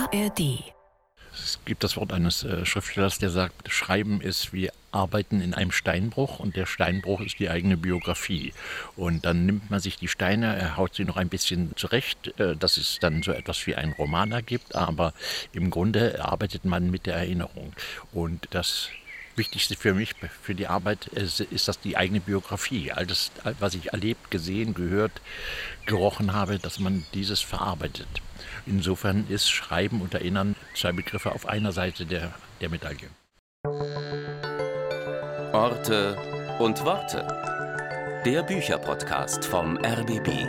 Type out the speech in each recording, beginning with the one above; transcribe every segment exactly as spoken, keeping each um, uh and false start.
A R D. Es gibt das Wort eines äh, Schriftstellers, der sagt, Schreiben ist wie Arbeiten in einem Steinbruch und der Steinbruch ist die eigene Biografie. Und dann nimmt man sich die Steine, er haut sie noch ein bisschen zurecht, äh, dass es dann so etwas wie einen Roman ergibt, aber im Grunde arbeitet man mit der Erinnerung. Und das Wichtigste für mich, für die Arbeit, ist, ist das die eigene Biografie. All das, was ich erlebt, gesehen, gehört, gerochen habe, dass man dieses verarbeitet. Insofern ist Schreiben und Erinnern zwei Begriffe auf einer Seite der, der Medaille. Orte und Worte. Der Bücherpodcast vom R B B.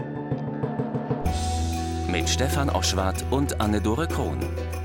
Mit Stefan Oschwart und Anne-Dore Krohn.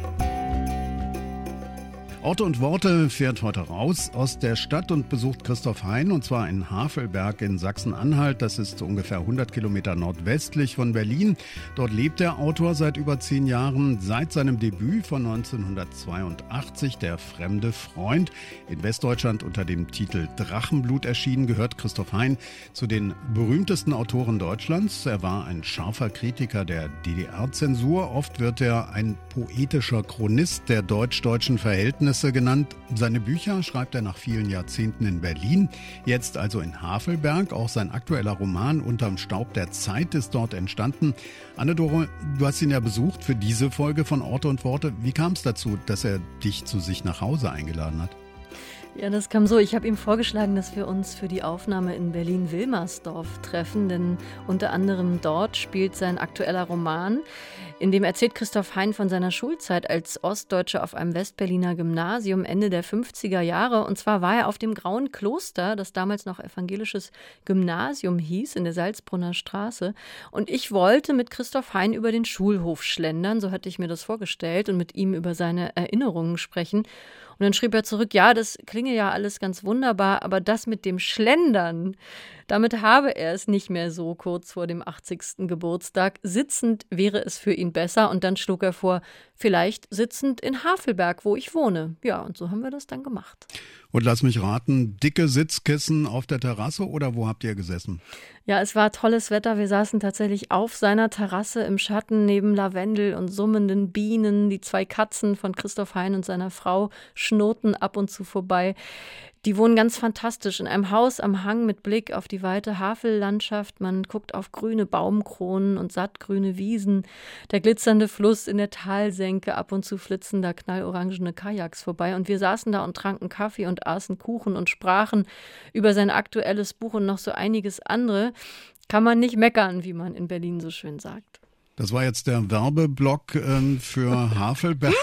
Orte und Worte fährt heute raus aus der Stadt und besucht Christoph Hein, und zwar in Havelberg in Sachsen-Anhalt. Das ist ungefähr hundert Kilometer nordwestlich von Berlin. Dort lebt der Autor seit über zehn Jahren. Seit seinem Debüt von neunzehnhundertzweiundachtzig, Der fremde Freund, in Westdeutschland unter dem Titel Drachenblut erschienen, gehört Christoph Hein zu den berühmtesten Autoren Deutschlands. Er war ein scharfer Kritiker der D D R-Zensur. Oft wird er ein poetischer Chronist der deutsch-deutschen Verhältnisse genannt. Seine Bücher schreibt er nach vielen Jahrzehnten in Berlin, jetzt also in Havelberg. Auch sein aktueller Roman Unterm Staub der Zeit ist dort entstanden. Anne-Dore, du hast ihn ja besucht für diese Folge von Orte und Worte. Wie kam es dazu, dass er dich zu sich nach Hause eingeladen hat? Ja, das kam so. Ich habe ihm vorgeschlagen, dass wir uns für die Aufnahme in Berlin-Wilmersdorf treffen, denn unter anderem dort spielt sein aktueller Roman, in dem erzählt Christoph Hein von seiner Schulzeit als Ostdeutscher auf einem Westberliner Gymnasium Ende der fünfziger Jahre. Und zwar war er auf dem Grauen Kloster, das damals noch evangelisches Gymnasium hieß, in der Salzbrunner Straße. Und ich wollte mit Christoph Hein über den Schulhof schlendern, so hatte ich mir das vorgestellt, und mit ihm über seine Erinnerungen sprechen. Und dann schrieb er zurück, ja, das klinge ja alles ganz wunderbar, aber das mit dem Schlendern, damit habe er es nicht mehr so kurz vor dem achtzigsten Geburtstag. Sitzend wäre es für ihn besser. Und dann schlug er vor, vielleicht sitzend in Havelberg, wo ich wohne. Ja, und so haben wir das dann gemacht. Und lass mich raten, dicke Sitzkissen auf der Terrasse oder wo habt ihr gesessen? Ja, es war tolles Wetter. Wir saßen tatsächlich auf seiner Terrasse im Schatten neben Lavendel und summenden Bienen. Die zwei Katzen von Christoph Hein und seiner Frau schnurrten ab und zu vorbei. Die wohnen ganz fantastisch in einem Haus am Hang mit Blick auf die weite Havellandschaft. Man guckt auf grüne Baumkronen und sattgrüne Wiesen. Der glitzernde Fluss in der Talsenke, ab und zu flitzen da knallorangene Kajaks vorbei. Und wir saßen da und tranken Kaffee und aßen Kuchen und sprachen über sein aktuelles Buch und noch so einiges andere. Kann man nicht meckern, wie man in Berlin so schön sagt. Das war jetzt der Werbeblock ähm, für Havelberg.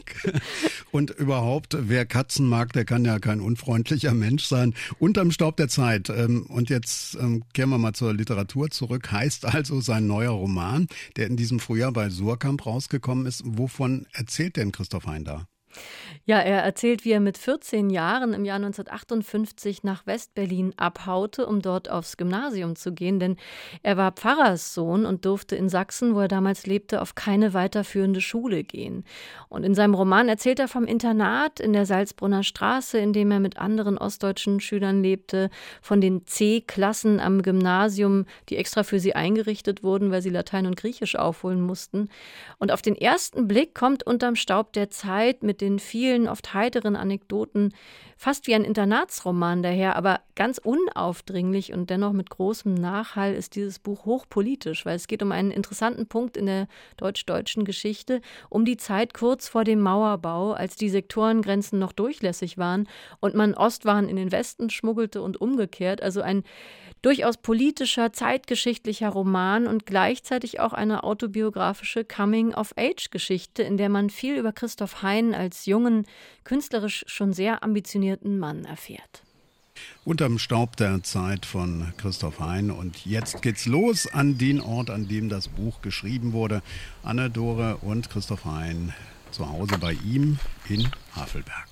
Und überhaupt, wer Katzen mag, der kann ja kein unfreundlicher Mensch sein. Unterm Staub der Zeit. Ähm, und jetzt ähm, kehren wir mal zur Literatur zurück. Heißt also sein neuer Roman, der in diesem Frühjahr bei Suhrkamp rausgekommen ist. Wovon erzählt denn Christoph Hein da? Ja, er erzählt, wie er mit vierzehn Jahren im Jahr neunzehnhundertachtundfünfzig nach Westberlin abhaute, um dort aufs Gymnasium zu gehen, denn er war Pfarrerssohn und durfte in Sachsen, wo er damals lebte, auf keine weiterführende Schule gehen. Und in seinem Roman erzählt er vom Internat in der Salzbrunner Straße, in dem er mit anderen ostdeutschen Schülern lebte, von den C-Klassen am Gymnasium, die extra für sie eingerichtet wurden, weil sie Latein und Griechisch aufholen mussten. Und auf den ersten Blick kommt Unterm Staub der Zeit mit den vielen, oft heiteren Anekdoten fast wie ein Internatsroman daher, aber ganz unaufdringlich und dennoch mit großem Nachhall ist dieses Buch hochpolitisch, weil es geht um einen interessanten Punkt in der deutsch-deutschen Geschichte, um die Zeit kurz vor dem Mauerbau, als die Sektorengrenzen noch durchlässig waren und man Ostwaren in den Westen schmuggelte und umgekehrt. Also ein durchaus politischer, zeitgeschichtlicher Roman und gleichzeitig auch eine autobiografische Coming-of-Age-Geschichte, in der man viel über Christoph Hein als jungen, künstlerisch schon sehr ambitionierten Mann erfährt. Unterm Staub der Zeit von Christoph Hein. Und jetzt geht's los an den Ort, an dem das Buch geschrieben wurde. Anne-Dore und Christoph Hein zu Hause bei ihm in Havelberg.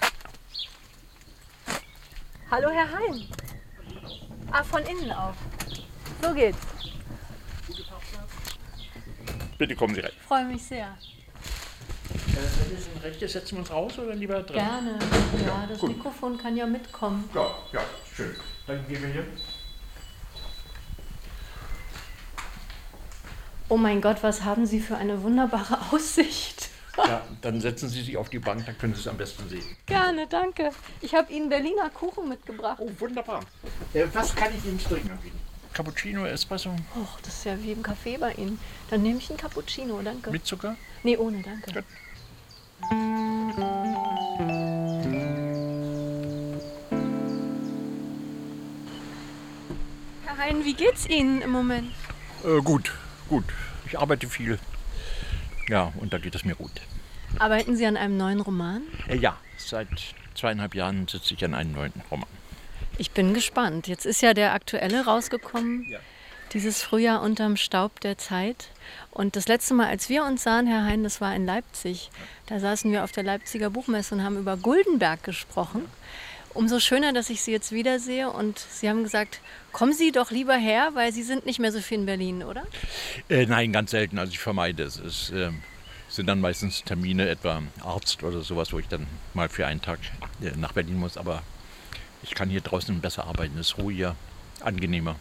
Hallo, Herr Hein. Ah, von innen auf. So geht's. Bitte kommen Sie rein. Ich freue mich sehr. Äh, wenn es ein rechtes, setzen wir uns raus oder lieber drin? Gerne. Ja, das Gut. Mikrofon kann ja mitkommen. Ja, ja, schön. Dann gehen wir hier. Oh mein Gott, was haben Sie für eine wunderbare Aussicht. Ja, dann setzen Sie sich auf die Bank, dann können Sie es am besten sehen. Gerne, danke. Ich habe Ihnen Berliner Kuchen mitgebracht. Oh, wunderbar. Äh, was kann ich Ihnen trinken? Cappuccino, Espresso? Oh, das ist ja wie im Café bei Ihnen. Dann nehme ich einen Cappuccino, danke. Mit Zucker? Nee, ohne, danke. Gut. Herr Hein, wie geht's Ihnen im Moment? Äh, gut, gut. Ich arbeite viel. Ja, und da geht es mir gut. Arbeiten Sie an einem neuen Roman? Äh, ja, seit zweieinhalb Jahren sitze ich an einem neuen Roman. Ich bin gespannt. Jetzt ist ja der aktuelle rausgekommen, Ja. dieses Frühjahr unterm Staub der Zeit. Und das letzte Mal, als wir uns sahen, Herr Hein, das war in Leipzig. Da saßen wir auf der Leipziger Buchmesse und haben über Guldenberg gesprochen. Umso schöner, dass ich Sie jetzt wiedersehe. Und Sie haben gesagt, kommen Sie doch lieber her, weil Sie sind nicht mehr so viel in Berlin, oder? Äh, nein, ganz selten. Also ich vermeide es. Es äh, sind dann meistens Termine, etwa Arzt oder sowas, wo ich dann mal für einen Tag äh, nach Berlin muss. Aber ich kann hier draußen besser arbeiten. Es ist ruhiger, angenehmer.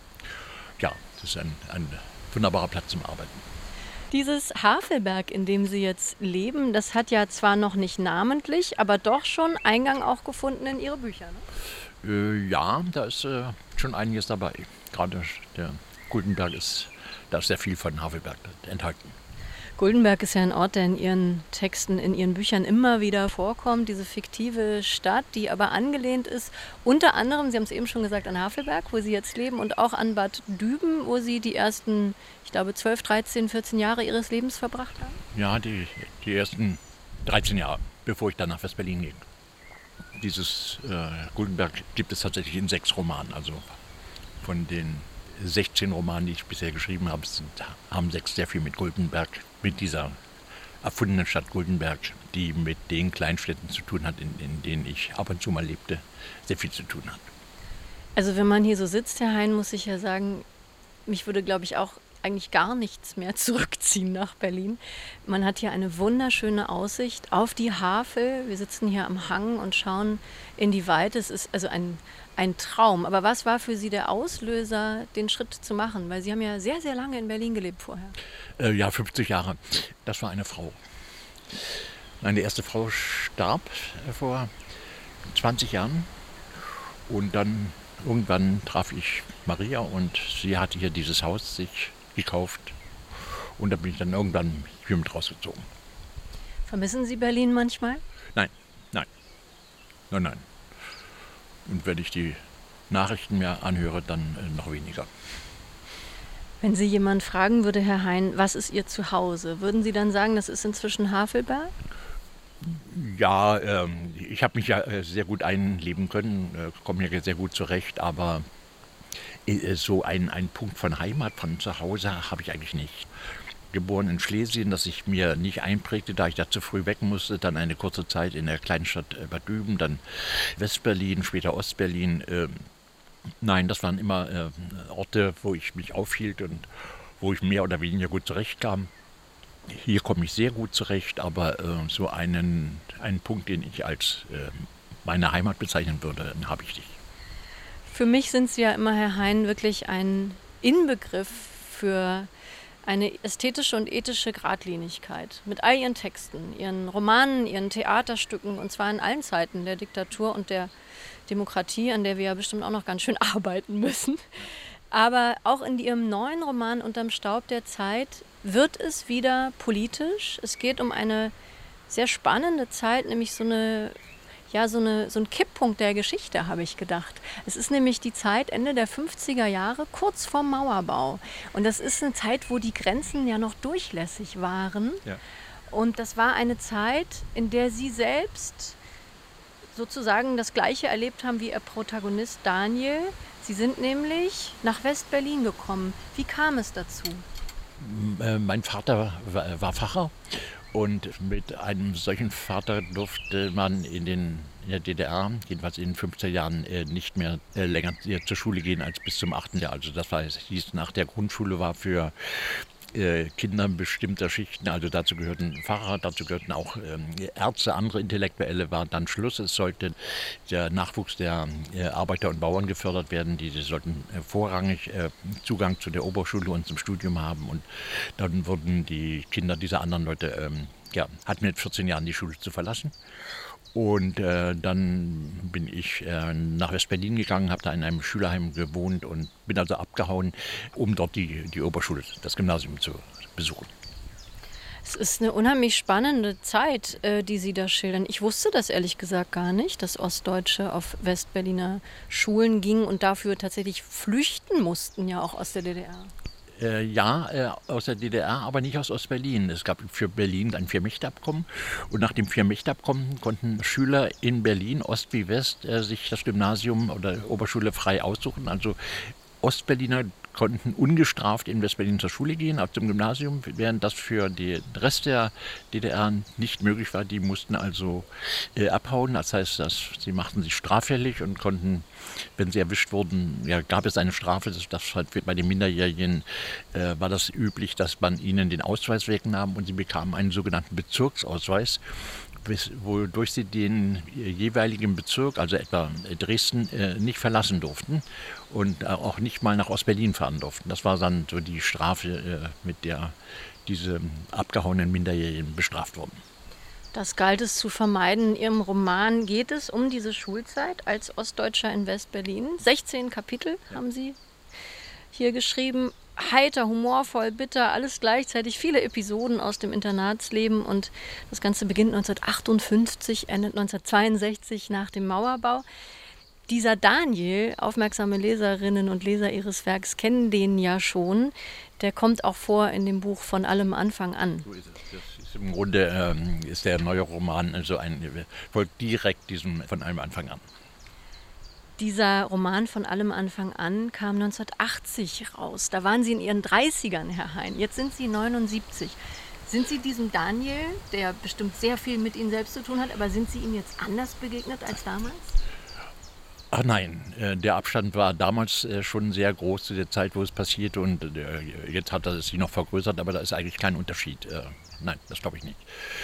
Ja, das ist ein, ein wunderbarer Platz zum Arbeiten. Dieses Havelberg, in dem Sie jetzt leben, das hat ja zwar noch nicht namentlich, aber doch schon Eingang auch gefunden in Ihre Bücher, ne? Äh, ja, da ist äh, schon einiges dabei. Gerade der Guldenberg ist, da ist sehr viel von Havelberg enthalten. Guldenberg ist ja ein Ort, der in Ihren Texten, in Ihren Büchern immer wieder vorkommt. Diese fiktive Stadt, die aber angelehnt ist, unter anderem, Sie haben es eben schon gesagt, an Havelberg, wo Sie jetzt leben, und auch an Bad Düben, wo Sie die ersten, ich glaube, zwölf, dreizehn, vierzehn Jahre Ihres Lebens verbracht haben. Ja, die, die ersten dreizehn Jahre, bevor ich dann nach West-Berlin ging. Dieses äh, Guldenberg gibt es tatsächlich in sechs Romanen. Also von den sechzehn Romanen, die ich bisher geschrieben habe, sind, haben sechs sehr viel mit Guldenberg, mit dieser erfundenen Stadt Guldenberg, die mit den Kleinstädten zu tun hat, in, in denen ich ab und zu mal lebte, sehr viel zu tun hat. Also wenn man hier so sitzt, Herr Hein, muss ich ja sagen, mich würde, glaube ich, auch eigentlich gar nichts mehr zurückziehen nach Berlin. Man hat hier eine wunderschöne Aussicht auf die Havel. Wir sitzen hier am Hang und schauen in die Weite. Es ist also ein, ein Traum. Aber was war für Sie der Auslöser, den Schritt zu machen? Weil Sie haben ja sehr, sehr lange in Berlin gelebt vorher. Äh, ja, fünfzig Jahre. Das war eine Frau. Meine erste Frau starb vor zwanzig Jahren. Und dann irgendwann traf ich Maria und sie hatte hier dieses Haus sich gekauft. Und da bin ich dann irgendwann hier mit rausgezogen. Vermissen Sie Berlin manchmal? Nein, nein, nein, nein. Und wenn ich die Nachrichten mir anhöre, dann äh, noch weniger. Wenn Sie jemand fragen würde, Herr Hein, was ist Ihr Zuhause? Würden Sie dann sagen, das ist inzwischen Havelberg? Ja, ähm, ich habe mich ja äh, sehr gut einleben können, äh, komme hier sehr gut zurecht, aber äh, so ein, ein Punkt von Heimat, von zu Hause habe ich eigentlich nicht. Geboren in Schlesien, das ich mir nicht einprägte, da ich da zu früh weg musste, dann eine kurze Zeit in der Kleinstadt äh, Bad Düben, dann West-Berlin, später Ost-Berlin. Äh, nein, das waren immer äh, Orte, wo ich mich aufhielt und wo ich mehr oder weniger gut zurechtkam. Hier komme ich sehr gut zurecht, aber äh, so einen, einen Punkt, den ich als äh, meine Heimat bezeichnen würde, habe ich nicht. Für mich sind Sie ja immer, Herr Hein, wirklich ein Inbegriff für eine ästhetische und ethische Gradlinigkeit. Mit all Ihren Texten, Ihren Romanen, Ihren Theaterstücken, und zwar in allen Zeiten der Diktatur und der Demokratie, an der wir ja bestimmt auch noch ganz schön arbeiten müssen. Aber auch in Ihrem neuen Roman Unterm Staub der Zeit wird es wieder politisch. Es geht um eine sehr spannende Zeit, nämlich so eine, ja, so eine, so ein Kipppunkt der Geschichte, habe ich gedacht. Es ist nämlich die Zeit Ende der fünfziger Jahre, kurz vorm Mauerbau. Und das ist eine Zeit, wo die Grenzen ja noch durchlässig waren. Ja. Und das war eine Zeit, in der Sie selbst sozusagen das Gleiche erlebt haben wie Ihr Protagonist Daniel. Sie sind nämlich nach West-Berlin gekommen. Wie kam es dazu? Mein Vater war Pfarrer und mit einem solchen Vater durfte man in, den, in der D D R, jedenfalls in den fünfziger Jahren, nicht mehr länger zur Schule gehen als bis zum achten Jahr. Also das war, hieß, nach der Grundschule war für Kinder bestimmter Schichten, also dazu gehörten Pfarrer, dazu gehörten auch ähm, Ärzte, andere Intellektuelle, war dann Schluss. Es sollte der Nachwuchs der äh, Arbeiter und Bauern gefördert werden, die, die sollten äh, vorrangig äh, Zugang zu der Oberschule und zum Studium haben, und dann wurden die Kinder dieser anderen Leute ähm, ja, hat mit vierzehn Jahren die Schule zu verlassen. Und äh, dann bin ich äh, nach West-Berlin gegangen, habe da in einem Schülerheim gewohnt und bin also abgehauen, um dort die, die Oberschule, das Gymnasium zu besuchen. Es ist eine unheimlich spannende Zeit, äh, die Sie da schildern. Ich wusste das ehrlich gesagt gar nicht, dass Ostdeutsche auf Westberliner Schulen gingen und dafür tatsächlich flüchten mussten, ja auch aus der D D R. Äh, ja, äh, aus der D D R, aber nicht aus Ostberlin. Es gab für Berlin ein Vier-Mächte-Abkommen und nach dem Vier-Mächte-Abkommen konnten Schüler in Berlin, Ost wie West, äh, sich das Gymnasium oder Oberschule frei aussuchen. Also Ostberliner konnten ungestraft in Westberlin zur Schule gehen, auch zum Gymnasium, während das für den Rest der D D R nicht möglich war. Die mussten also äh, abhauen. Das heißt, dass sie machten sich straffällig und konnten, wenn sie erwischt wurden, ja, gab es eine Strafe. Das, das halt bei den Minderjährigen äh, war das üblich, dass man ihnen den Ausweis wegnahm und sie bekamen einen sogenannten Bezirksausweis, wodurch sie den jeweiligen Bezirk, also etwa Dresden, nicht verlassen durften und auch nicht mal nach Ostberlin fahren durften. Das war dann so die Strafe, mit der diese abgehauenen Minderjährigen bestraft wurden. Das galt es zu vermeiden. In Ihrem Roman geht es um diese Schulzeit als Ostdeutscher in Westberlin. sechzehn Kapitel haben Sie hier geschrieben. Heiter, humorvoll, bitter, alles gleichzeitig, viele Episoden aus dem Internatsleben und das Ganze beginnt neunzehnhundertachtundfünfzig, endet neunzehnhundertzweiundsechzig nach dem Mauerbau. Dieser Daniel, aufmerksame Leserinnen und Leser Ihres Werks kennen den ja schon, der kommt auch vor in dem Buch Von allem Anfang an. So ist es. Das ist im Grunde ähm, ist der neue Roman also ein, folgt direkt diesem Von allem Anfang an. Dieser Roman Von allem Anfang an kam neunzehnhundertachtzig raus. Da waren Sie in Ihren dreißigern, Herr Hein. Jetzt sind Sie neunundsiebzig. Sind Sie diesem Daniel, der bestimmt sehr viel mit Ihnen selbst zu tun hat, aber sind Sie ihm jetzt anders begegnet als damals? Ach nein, der Abstand war damals schon sehr groß zu der Zeit, wo es passierte und jetzt hat er sich noch vergrößert, aber da ist eigentlich kein Unterschied. Nein, das glaube ich nicht.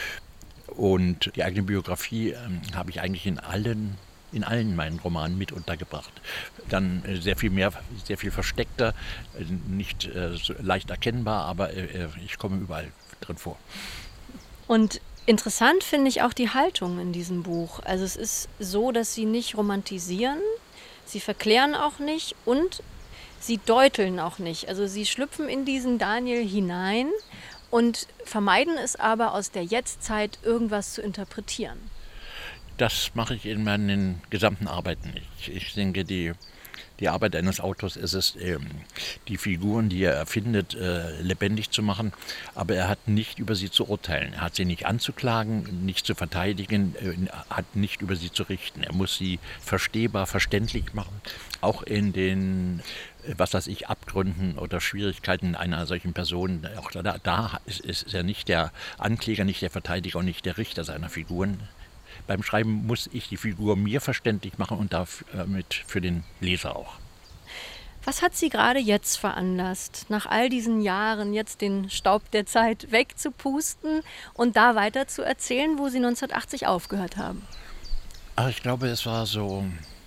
Und die eigene Biografie habe ich eigentlich in allen in allen meinen Romanen mit untergebracht. Dann äh, sehr viel mehr, sehr viel versteckter, äh, nicht äh, so leicht erkennbar, aber äh, ich komme überall drin vor. Und interessant finde ich auch die Haltung in diesem Buch. Also es ist so, dass Sie nicht romantisieren, Sie verklären auch nicht und Sie deuteln auch nicht. Also Sie schlüpfen in diesen Daniel hinein und vermeiden es aber, aus der Jetztzeit irgendwas zu interpretieren. Das mache ich in meinen gesamten Arbeiten nicht. Ich denke, die, die Arbeit eines Autors ist es, ähm, die Figuren, die er erfindet, äh, lebendig zu machen. Aber er hat nicht über sie zu urteilen. Er hat sie nicht anzuklagen, nicht zu verteidigen, äh, hat nicht über sie zu richten. Er muss sie verstehbar, verständlich machen. Auch in den, was weiß ich, Abgründen oder Schwierigkeiten einer solchen Person. Auch da, da ist, ist er nicht der Ankläger, nicht der Verteidiger und nicht der Richter seiner Figuren. Beim Schreiben muss ich die Figur mir verständlich machen und damit für den Leser auch. Was hat Sie gerade jetzt veranlasst, nach all diesen Jahren jetzt den Staub der Zeit wegzupusten und da weiter zu erzählen, wo Sie neunzehnhundertachtzig aufgehört haben? Ach, ich glaube, es war so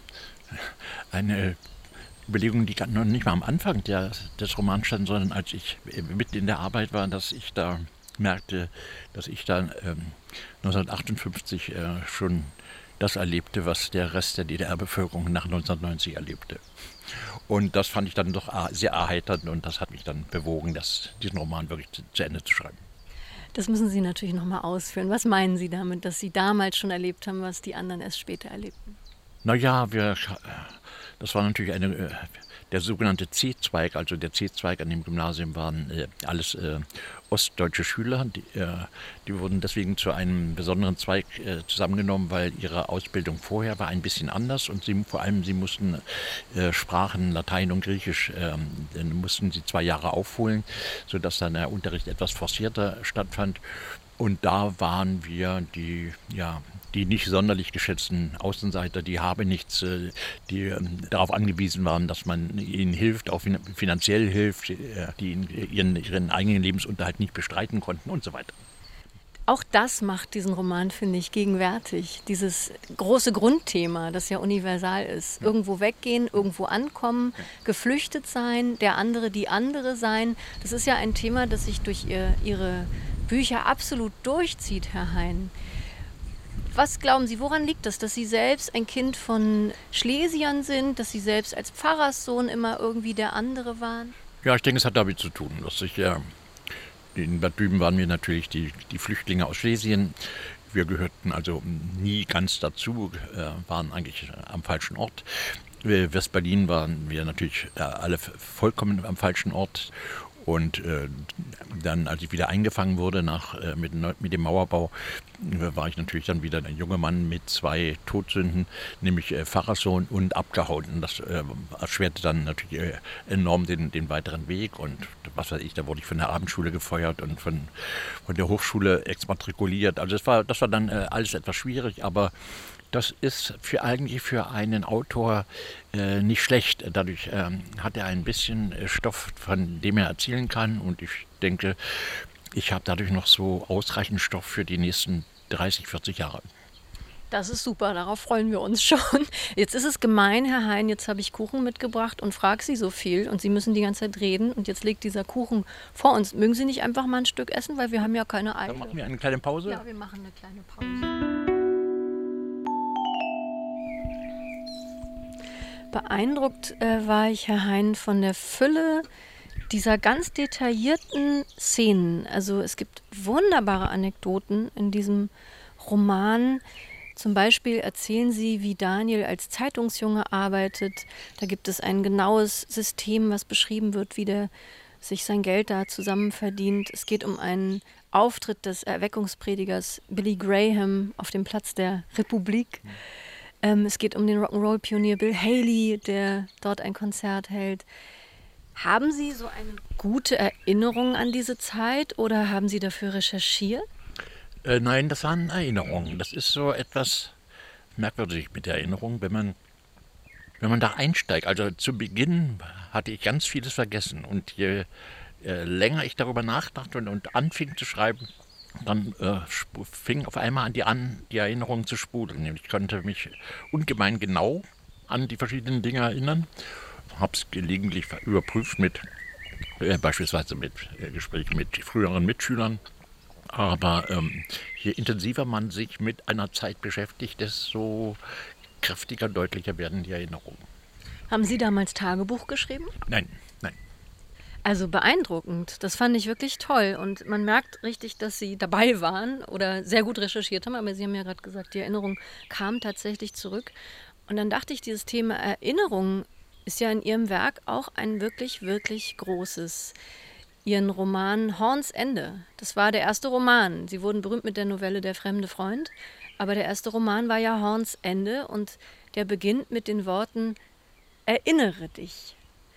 eine Überlegung, die noch nicht mal am Anfang der, des Romans stand, sondern als ich mitten in der Arbeit war, dass ich da merkte, dass ich dann ähm, neunzehnhundertachtundfünfzig äh, schon das erlebte, was der Rest der D D R-Bevölkerung nach neunzehnhundertneunzig erlebte. Und das fand ich dann doch sehr erheiternd und das hat mich dann bewogen, das, diesen Roman wirklich zu, zu Ende zu schreiben. Das müssen Sie natürlich noch mal ausführen. Was meinen Sie damit, dass Sie damals schon erlebt haben, was die anderen erst später erlebten? Naja, wir, das war natürlich eine... Der sogenannte C-Zweig, also der C-Zweig an dem Gymnasium, waren äh, alles äh, ostdeutsche Schüler. Die, äh, die wurden deswegen zu einem besonderen Zweig äh, zusammengenommen, weil ihre Ausbildung vorher war ein bisschen anders und sie, vor allem sie mussten äh, Sprachen Latein und Griechisch, äh, dann mussten sie zwei Jahre aufholen, sodass dann der Unterricht etwas forcierter stattfand. Und da waren wir die, ja, die nicht sonderlich geschätzten Außenseiter, die habe nichts, die darauf angewiesen waren, dass man ihnen hilft, auch finanziell hilft, die ihren, ihren eigenen Lebensunterhalt nicht bestreiten konnten und so weiter. Auch das macht diesen Roman, finde ich, gegenwärtig. Dieses große Grundthema, das ja universal ist. Irgendwo weggehen, irgendwo ankommen, geflüchtet sein, der andere die andere sein. Das ist ja ein Thema, das sich durch ihr, ihre Bücher absolut durchzieht, Herr Hein. Was glauben Sie, woran liegt das, dass Sie selbst ein Kind von Schlesiern sind, dass Sie selbst als Pfarrerssohn immer irgendwie der andere waren? Ja, ich denke, es hat damit zu tun, dass ich ja, in Bad Büben waren wir natürlich die, die Flüchtlinge aus Schlesien. Wir gehörten also nie ganz dazu, äh, waren eigentlich am falschen Ort. West-Berlin waren wir natürlich äh, alle vollkommen am falschen Ort. Und äh, dann, als ich wieder eingefangen wurde nach, äh, mit, mit dem Mauerbau, äh, war ich natürlich dann wieder ein junger Mann mit zwei Todsünden, nämlich äh, Pfarrerssohn und abgehauen. Und das äh, erschwerte dann natürlich äh, enorm den, den weiteren Weg. Und was weiß ich, da wurde ich von der Abendschule gefeuert und von, von der Hochschule exmatrikuliert. Also das war, das war dann äh, alles etwas schwierig, aber das ist für eigentlich für einen Autor äh, nicht schlecht. Dadurch ähm, hat er ein bisschen äh, Stoff, von dem er erzählen kann. Und ich denke, ich habe dadurch noch so ausreichend Stoff für die nächsten dreißig, vierzig Jahre. Das ist super, darauf freuen wir uns schon. Jetzt ist es gemein, Herr Hein, jetzt habe ich Kuchen mitgebracht und frage Sie so viel und Sie müssen die ganze Zeit reden und jetzt liegt dieser Kuchen vor uns. Mögen Sie nicht einfach mal ein Stück essen, weil wir haben ja keine Eile. Dann machen wir eine kleine Pause. Ja, wir machen eine kleine Pause. Beeindruckt äh, war ich, Herr Hein, von der Fülle dieser ganz detaillierten Szenen. Also es gibt wunderbare Anekdoten in diesem Roman. Zum Beispiel erzählen Sie, wie Daniel als Zeitungsjunge arbeitet. Da gibt es ein genaues System, was beschrieben wird, wie der sich sein Geld da zusammen verdient. Es geht um einen Auftritt des Erweckungspredigers Billy Graham auf dem Platz der Republik. Ähm, es geht um den Rock'n'Roll-Pionier Bill Haley, der dort ein Konzert hält. Haben Sie so eine gute Erinnerung an diese Zeit oder haben Sie dafür recherchiert? Äh, nein, das waren Erinnerungen. Das ist so etwas merkwürdig mit der Erinnerung, wenn man, wenn man da einsteigt. Also zu Beginn hatte ich ganz vieles vergessen. Und je äh, länger ich darüber nachdachte und, und anfing zu schreiben, dann äh, fing auf einmal an die, an, die Erinnerungen zu sprudeln. Ich konnte mich ungemein genau an die verschiedenen Dinge erinnern. Habe es gelegentlich überprüft mit äh, beispielsweise mit äh, Gesprächen mit früheren Mitschülern. Aber ähm, je intensiver man sich mit einer Zeit beschäftigt, desto kräftiger, deutlicher werden die Erinnerungen. Haben Sie damals Tagebuch geschrieben? Nein, nein. Also beeindruckend. Das fand ich wirklich toll. Und man merkt richtig, dass Sie dabei waren oder sehr gut recherchiert haben. Aber Sie haben ja gerade gesagt, die Erinnerung kam tatsächlich zurück. Und dann dachte ich, dieses Thema Erinnerung ist ja in Ihrem Werk auch ein wirklich, wirklich großes. Ihren Roman Horns Ende, das war der erste Roman. Sie wurden berühmt mit der Novelle Der fremde Freund. Aber der erste Roman war ja Horns Ende und der beginnt mit den Worten Erinnere dich.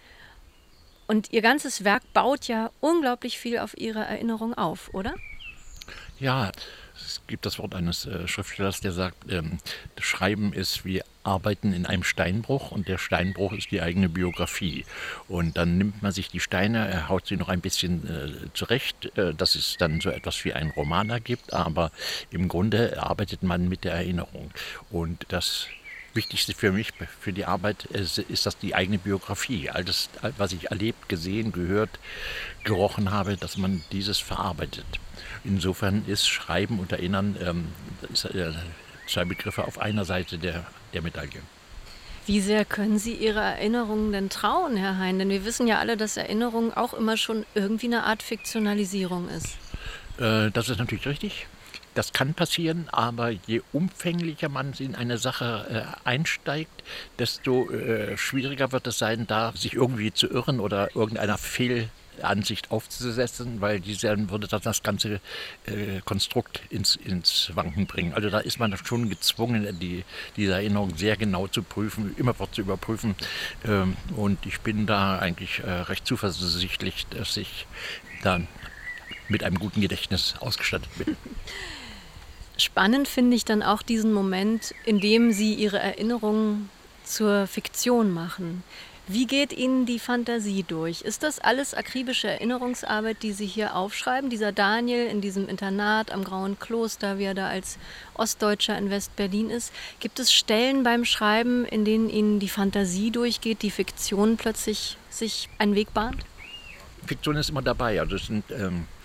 Und Ihr ganzes Werk baut ja unglaublich viel auf Ihre Erinnerung auf, oder? Ja, es gibt das Wort eines äh, Schriftstellers, der sagt, ähm, Schreiben ist wie Arbeiten in einem Steinbruch und der Steinbruch ist die eigene Biografie. Und dann nimmt man sich die Steine, er haut sie noch ein bisschen äh, zurecht, äh, dass es dann so etwas wie einen Roman ergibt, aber im Grunde arbeitet man mit der Erinnerung. Und das Wichtigste für mich, für die Arbeit, ist, ist das die eigene Biografie. All das, was ich erlebt, gesehen, gehört, gerochen habe, dass man dieses verarbeitet. Insofern ist Schreiben und Erinnern ähm, ist, äh, zwei Begriffe auf einer Seite der, der Medaille. Wie sehr können Sie Ihre Erinnerungen denn trauen, Herr Hein? Denn wir wissen ja alle, dass Erinnerung auch immer schon irgendwie eine Art Fiktionalisierung ist. Äh, das ist natürlich richtig. Das kann passieren, aber je umfänglicher man in eine Sache äh, einsteigt, desto äh, schwieriger wird es sein, da sich irgendwie zu irren oder irgendeiner Fehlansicht aufzusetzen, weil diese würde dann das ganze äh, Konstrukt ins, ins Wanken bringen. Also da ist man schon gezwungen, die, diese Erinnerung sehr genau zu prüfen, immerfort zu überprüfen. Ähm, und ich bin da eigentlich äh, recht zuversichtlich, dass ich dann mit einem guten Gedächtnis ausgestattet bin. Spannend finde ich dann auch diesen Moment, in dem Sie Ihre Erinnerungen zur Fiktion machen. Wie geht Ihnen die Fantasie durch? Ist das alles akribische Erinnerungsarbeit, die Sie hier aufschreiben? Dieser Daniel in diesem Internat am Grauen Kloster, wie er da als Ostdeutscher in West-Berlin ist. Gibt es Stellen beim Schreiben, in denen Ihnen die Fantasie durchgeht, die Fiktion plötzlich sich einen Weg bahnt? Fiktion ist immer dabei. Also es sind ähm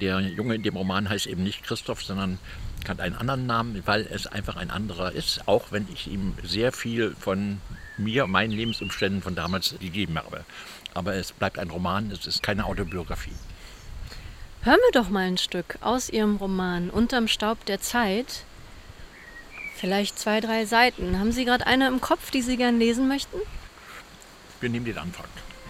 der Junge in dem Roman heißt eben nicht Christoph, sondern hat einen anderen Namen, weil es einfach ein anderer ist, auch wenn ich ihm sehr viel von mir, meinen Lebensumständen von damals gegeben habe. Aber es bleibt ein Roman, es ist keine Autobiografie. Hören wir doch mal ein Stück aus Ihrem Roman Unterm Staub der Zeit. Vielleicht zwei, drei Seiten. Haben Sie gerade eine im Kopf, die Sie gern lesen möchten? Wir nehmen den Anfang.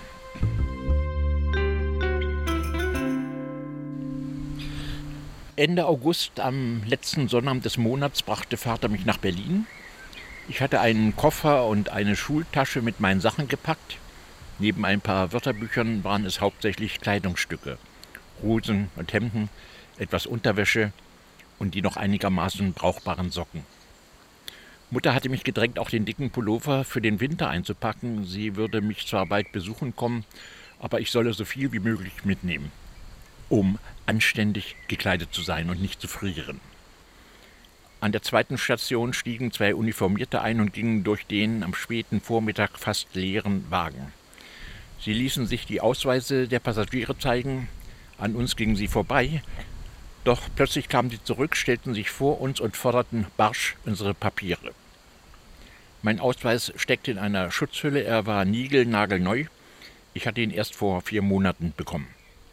Ende August, am letzten Sonnabend des Monats, brachte Vater mich nach Berlin. Ich hatte einen Koffer und eine Schultasche mit meinen Sachen gepackt. Neben ein paar Wörterbüchern waren es hauptsächlich Kleidungsstücke. Hosen und Hemden, etwas Unterwäsche und die noch einigermaßen brauchbaren Socken. Mutter hatte mich gedrängt, auch den dicken Pullover für den Winter einzupacken. Sie würde mich zwar bald besuchen kommen, aber ich solle so viel wie möglich mitnehmen, um anständig gekleidet zu sein und nicht zu frieren. An der zweiten Station stiegen zwei Uniformierte ein und gingen durch den am späten Vormittag fast leeren Wagen. Sie ließen sich die Ausweise der Passagiere zeigen. An uns gingen sie vorbei, doch plötzlich kamen sie zurück, stellten sich vor uns und forderten barsch unsere Papiere. Mein Ausweis steckte in einer Schutzhülle, er war niegelnagelneu. Ich hatte ihn erst vor vier Monaten bekommen.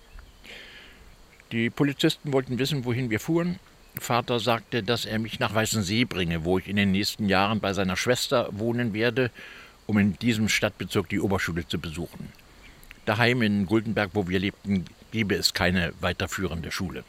Die Polizisten wollten wissen, wohin wir fuhren. Vater sagte, dass er mich nach Weißensee bringe, wo ich in den nächsten Jahren bei seiner Schwester wohnen werde, um in diesem Stadtbezirk die Oberschule zu besuchen. Daheim in Guldenberg, wo wir lebten, gäbe es keine weiterführende Schule.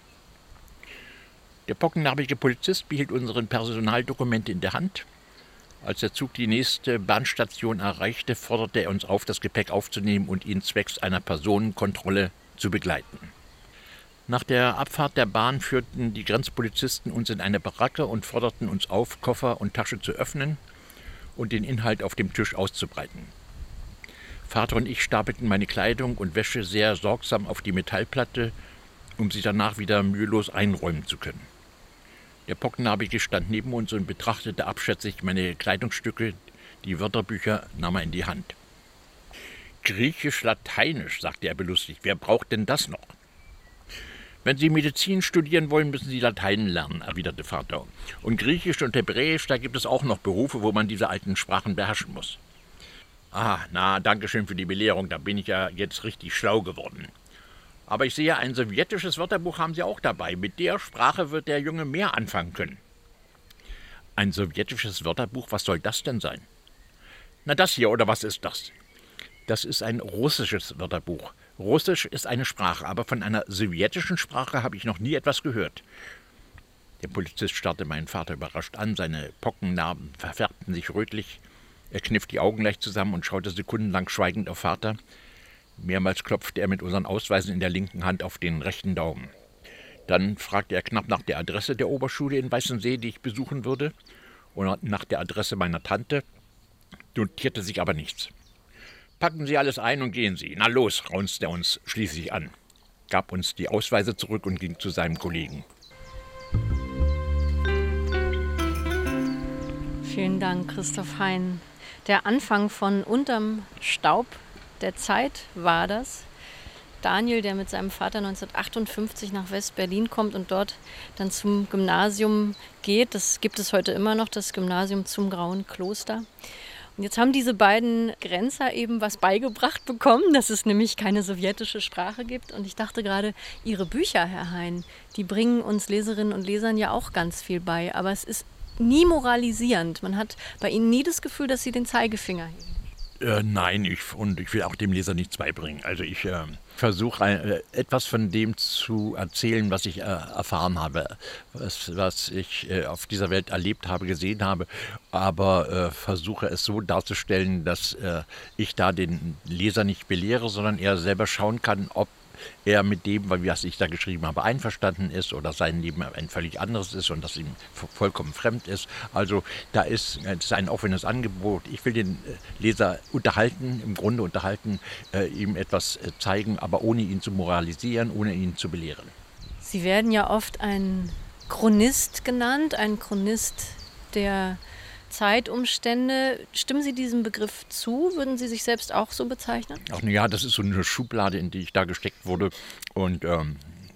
Der pockennarbige Polizist behielt unsere Personaldokumente in der Hand. Als der Zug die nächste Bahnstation erreichte, forderte er uns auf, das Gepäck aufzunehmen und ihn zwecks einer Personenkontrolle zu begleiten. Nach der Abfahrt der Bahn führten die Grenzpolizisten uns in eine Baracke und forderten uns auf, Koffer und Tasche zu öffnen und den Inhalt auf dem Tisch auszubreiten. Vater und ich stapelten meine Kleidung und Wäsche sehr sorgsam auf die Metallplatte, um sie danach wieder mühelos einräumen zu können. Der Pockennarbige stand neben uns und betrachtete abschätzig meine Kleidungsstücke, die Wörterbücher nahm er in die Hand. Griechisch, Lateinisch, sagte er belustigt, wer braucht denn das noch? Wenn Sie Medizin studieren wollen, müssen Sie Latein lernen, erwiderte Vater. Und Griechisch und Hebräisch, da gibt es auch noch Berufe, wo man diese alten Sprachen beherrschen muss. Ah, na, danke schön für die Belehrung, da bin ich ja jetzt richtig schlau geworden. Aber ich sehe, ein sowjetisches Wörterbuch haben Sie auch dabei. Mit der Sprache wird der Junge mehr anfangen können. Ein sowjetisches Wörterbuch, was soll das denn sein? Na, das hier, oder was ist das? Das ist ein russisches Wörterbuch. Russisch ist eine Sprache, aber von einer sowjetischen Sprache habe ich noch nie etwas gehört. Der Polizist starrte meinen Vater überrascht an, seine Pockennarben verfärbten sich rötlich. Er kniff die Augen leicht zusammen und schaute sekundenlang schweigend auf Vater. Mehrmals klopfte er mit unseren Ausweisen in der linken Hand auf den rechten Daumen. Dann fragte er knapp nach der Adresse der Oberschule in Weißensee, die ich besuchen würde, und nach der Adresse meiner Tante, notierte sich aber nichts. »Packen Sie alles ein und gehen Sie. Na los«, raunzte er uns schließlich an, gab uns die Ausweise zurück und ging zu seinem Kollegen. Vielen Dank, Christoph Hein. Der Anfang von Unterm Staub der Zeit war das. Daniel, der mit seinem Vater neunzehnhundertachtundfünfzig nach West-Berlin kommt und dort dann zum Gymnasium geht. Das gibt es heute immer noch, das Gymnasium zum Grauen Kloster. Und jetzt haben diese beiden Grenzer eben was beigebracht bekommen, dass es nämlich keine sowjetische Sprache gibt. Und ich dachte gerade, Ihre Bücher, Herr Hein, die bringen uns Leserinnen und Lesern ja auch ganz viel bei. Aber es ist nie moralisierend. Man hat bei Ihnen nie das Gefühl, dass Sie den Zeigefinger heben. Äh, nein, ich, und ich will auch dem Leser nichts beibringen. Also ich äh, versuche äh, etwas von dem zu erzählen, was ich äh, erfahren habe, was, was ich äh, auf dieser Welt erlebt habe, gesehen habe, aber äh, versuche es so darzustellen, dass äh, ich da den Leser nicht belehre, sondern er selber schauen kann, ob er mit dem, was ich da geschrieben habe, einverstanden ist oder sein Leben ein völlig anderes ist und das ihm vollkommen fremd ist. Also da ist, das ist ein offenes Angebot. Ich will den Leser unterhalten, im Grunde unterhalten, äh, ihm etwas zeigen, aber ohne ihn zu moralisieren, ohne ihn zu belehren. Sie werden ja oft ein Chronist genannt, ein Chronist der Zeitumstände. Stimmen Sie diesem Begriff zu? Würden Sie sich selbst auch so bezeichnen? Ach ja, das ist so eine Schublade, in die ich da gesteckt wurde. Und ähm,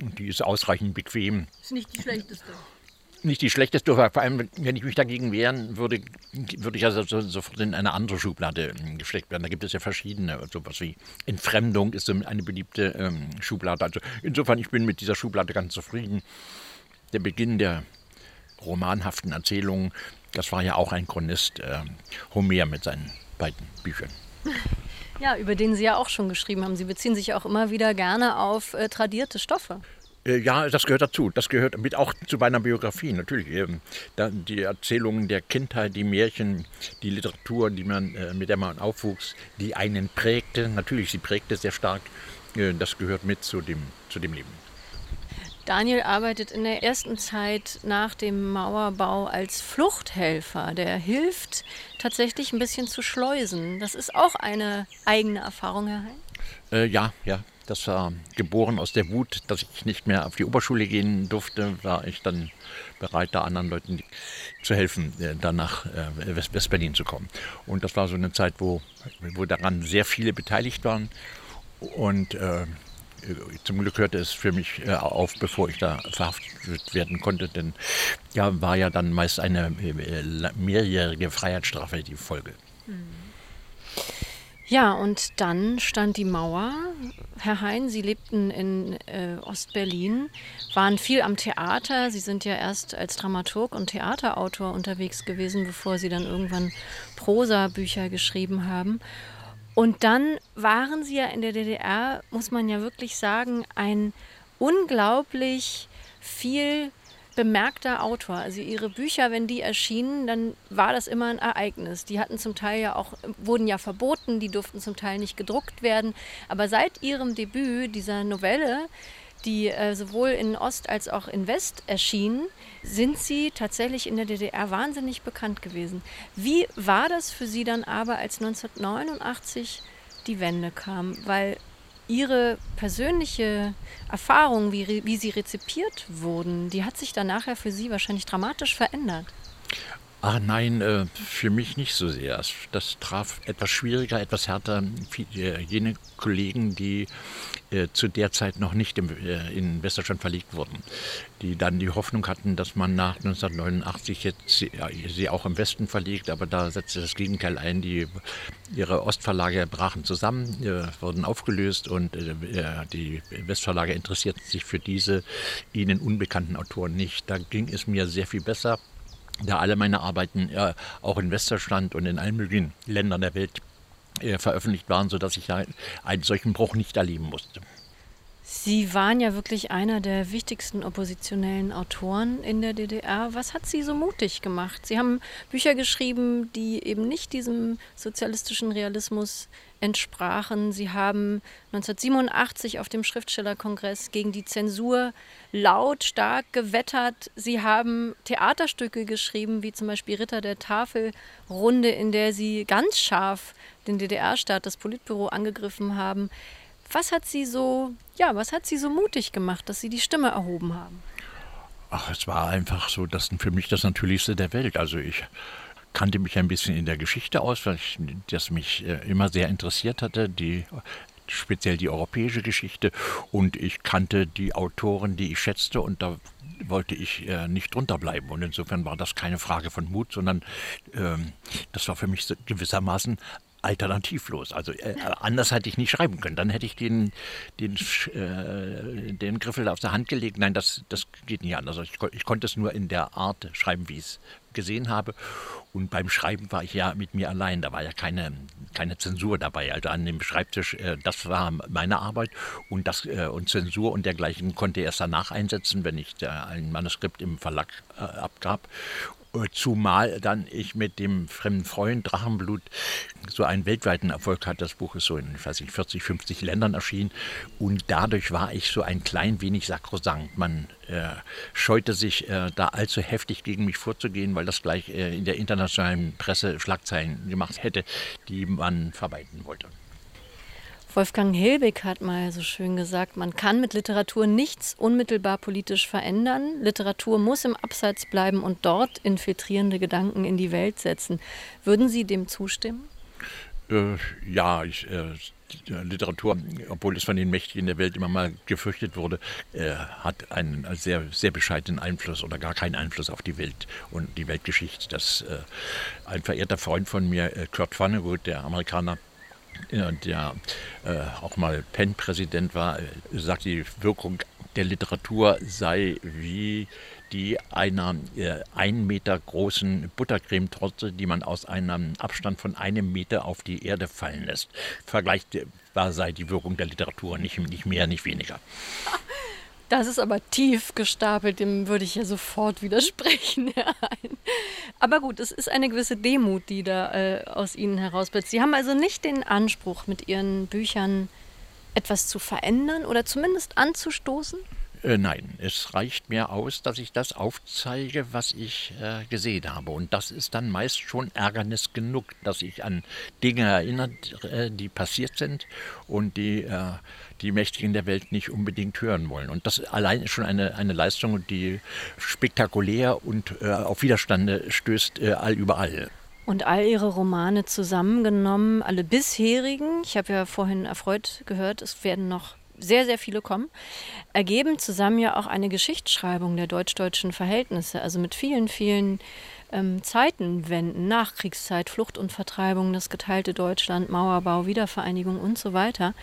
Die ist ausreichend bequem. Ist nicht die schlechteste. Nicht die schlechteste, aber vor allem, wenn ich mich dagegen wehren würde, würde ich also so, sofort in eine andere Schublade äh, gesteckt werden. Da gibt es ja verschiedene, sowas wie Entfremdung ist so eine beliebte ähm, Schublade. Also insofern, ich bin mit dieser Schublade ganz zufrieden. Der Beginn der romanhaften Erzählungen, das war ja auch ein Chronist, äh, Homer mit seinen beiden Büchern. Ja, über den Sie ja auch schon geschrieben haben. Sie beziehen sich auch immer wieder gerne auf äh, tradierte Stoffe. Ja, das gehört dazu. Das gehört mit auch zu meiner Biografie, natürlich. Die Erzählungen der Kindheit, die Märchen, die Literatur, die man, mit der man aufwuchs, die einen prägte. Natürlich, sie prägte sehr stark. Das gehört mit zu dem, zu dem Leben. Daniel arbeitet in der ersten Zeit nach dem Mauerbau als Fluchthelfer. Der hilft tatsächlich ein bisschen zu schleusen. Das ist auch eine eigene Erfahrung, Herr Hein? Äh, ja, ja. Das war geboren aus der Wut, dass ich nicht mehr auf die Oberschule gehen durfte, war ich dann bereit, da anderen Leuten zu helfen, dann nach West-Berlin zu kommen. Und das war so eine Zeit, wo, wo daran sehr viele beteiligt waren. Und äh, zum Glück hörte es für mich äh, auf, bevor ich da verhaftet werden konnte. Denn ja, war ja dann meist eine äh, mehrjährige Freiheitsstrafe die Folge. Mhm. Ja, und dann stand die Mauer. Herr Hein, Sie lebten in äh, Ostberlin, waren viel am Theater. Sie sind ja erst als Dramaturg und Theaterautor unterwegs gewesen, bevor Sie dann irgendwann Prosabücher geschrieben haben. Und dann waren Sie ja in der D D R, muss man ja wirklich sagen, ein unglaublich viel bemerkter Autor. Also Ihre Bücher, wenn die erschienen, dann war das immer ein Ereignis. Die hatten zum Teil ja auch, wurden ja verboten, die durften zum Teil nicht gedruckt werden. Aber seit Ihrem Debüt dieser Novelle, die äh, sowohl in Ost als auch in West erschien, sind Sie tatsächlich in der D D R wahnsinnig bekannt gewesen. Wie war das für Sie dann aber, als neunzehnhundertneunundachtzig die Wende kam? Weil Ihre persönliche Erfahrung, wie, wie Sie rezipiert wurden, die hat sich dann nachher für Sie wahrscheinlich dramatisch verändert. Ach nein, äh, für mich nicht so sehr. Das, das traf etwas schwieriger, etwas härter äh, jene Kollegen, die äh, zu der Zeit noch nicht im, äh, in Westdeutschland verlegt wurden, die dann die Hoffnung hatten, dass man nach neunzehnhundertneunundachtzig jetzt sie, ja, sie auch im Westen verlegt, aber da setzte das Gegenteil ein. Die, ihre Ostverlage brachen zusammen, äh, wurden aufgelöst und äh, die Westverlage interessierten sich für diese ihnen unbekannten Autoren nicht. Da ging es mir sehr viel besser, da alle meine Arbeiten äh, auch in Westdeutschland und in allen möglichen Ländern der Welt äh, veröffentlicht waren, sodass ich ja einen solchen Bruch nicht erleben musste. Sie waren ja wirklich einer der wichtigsten oppositionellen Autoren in der D D R. Was hat Sie so mutig gemacht? Sie haben Bücher geschrieben, die eben nicht diesem sozialistischen Realismus entsprachen. Sie haben neunzehnhundertsiebenundachtzig auf dem Schriftstellerkongress gegen die Zensur lautstark gewettert. Sie haben Theaterstücke geschrieben, wie zum Beispiel Ritter der Tafelrunde, in der Sie ganz scharf den D D R-Staat, das Politbüro angegriffen haben. Was hat Sie so, ja, was hat Sie so mutig gemacht, dass Sie die Stimme erhoben haben? Ach, es war einfach so, das für mich das Natürlichste der Welt. Also ich kannte mich ein bisschen in der Geschichte aus, weil ich, das mich immer sehr interessiert hatte, die, speziell die europäische Geschichte. Und ich kannte die Autoren, die ich schätzte, und da wollte ich äh, nicht drunter bleiben. Und insofern war das keine Frage von Mut, sondern ähm, das war für mich so gewissermaßen alternativlos. Also äh, anders hätte ich nicht schreiben können. Dann hätte ich den, den, äh, den Griffel auf der Hand gelegt. Nein, das, das geht nicht anders. Also ich, ich konnte es nur in der Art schreiben, wie ich es gesehen habe. Und beim Schreiben war ich ja mit mir allein. Da war ja keine, keine Zensur dabei. Also an dem Schreibtisch, äh, das war meine Arbeit. Und, das, äh, und Zensur und dergleichen konnte erst danach einsetzen, wenn ich äh, ein Manuskript im Verlag äh, abgab. Zumal dann ich mit dem fremden Freund Drachenblut so einen weltweiten Erfolg hatte. Das Buch ist so in, ich weiß nicht, vierzig, fünfzig Ländern erschienen. Und dadurch war ich so ein klein wenig sakrosankt. Man äh, scheute sich, äh, da allzu heftig gegen mich vorzugehen, weil das gleich äh, in der internationalen Presse Schlagzeilen gemacht hätte, die man vermeiden wollte. Wolfgang Hilbig hat mal so schön gesagt, man kann mit Literatur nichts unmittelbar politisch verändern. Literatur muss im Abseits bleiben und dort infiltrierende Gedanken in die Welt setzen. Würden Sie dem zustimmen? Äh, ja, ich, äh, Literatur, obwohl es von den Mächtigen der Welt immer mal gefürchtet wurde, äh, hat einen sehr, sehr bescheidenen Einfluss oder gar keinen Einfluss auf die Welt und die Weltgeschichte. Das, äh, ein verehrter Freund von mir, äh, Kurt Vonnegut, der Amerikaner, äh, der äh, auch mal Penn-Präsident war, äh, sagt, die Wirkung der Literatur sei wie die einer äh, ein Meter großen Buttercremetorte, die man aus einem Abstand von einem Meter auf die Erde fallen lässt. Vergleichbar sei die Wirkung der Literatur, nicht, nicht mehr, nicht weniger. Das ist aber tief gestapelt, dem würde ich ja sofort widersprechen. Aber gut, es ist eine gewisse Demut, die da äh, aus Ihnen herausblitzt. Sie haben also nicht den Anspruch, mit Ihren Büchern etwas zu verändern oder zumindest anzustoßen? Äh, nein, es reicht mir aus, dass ich das aufzeige, was ich äh, gesehen habe. Und das ist dann meist schon Ärgernis genug, dass ich an Dinge erinnert, äh, die passiert sind und die äh, die Mächtigen der Welt nicht unbedingt hören wollen. Und das allein ist schon eine, eine Leistung, die spektakulär und äh, auf Widerstände stößt, äh, allüberall. Und all Ihre Romane zusammengenommen, alle bisherigen, ich habe ja vorhin erfreut gehört, es werden noch sehr, sehr viele kommen, ergeben zusammen ja auch eine Geschichtsschreibung der deutsch-deutschen Verhältnisse, also mit vielen, vielen ähm, Zeitenwenden, Nachkriegszeit, Flucht und Vertreibung, das geteilte Deutschland, Mauerbau, Wiedervereinigung und so weiter.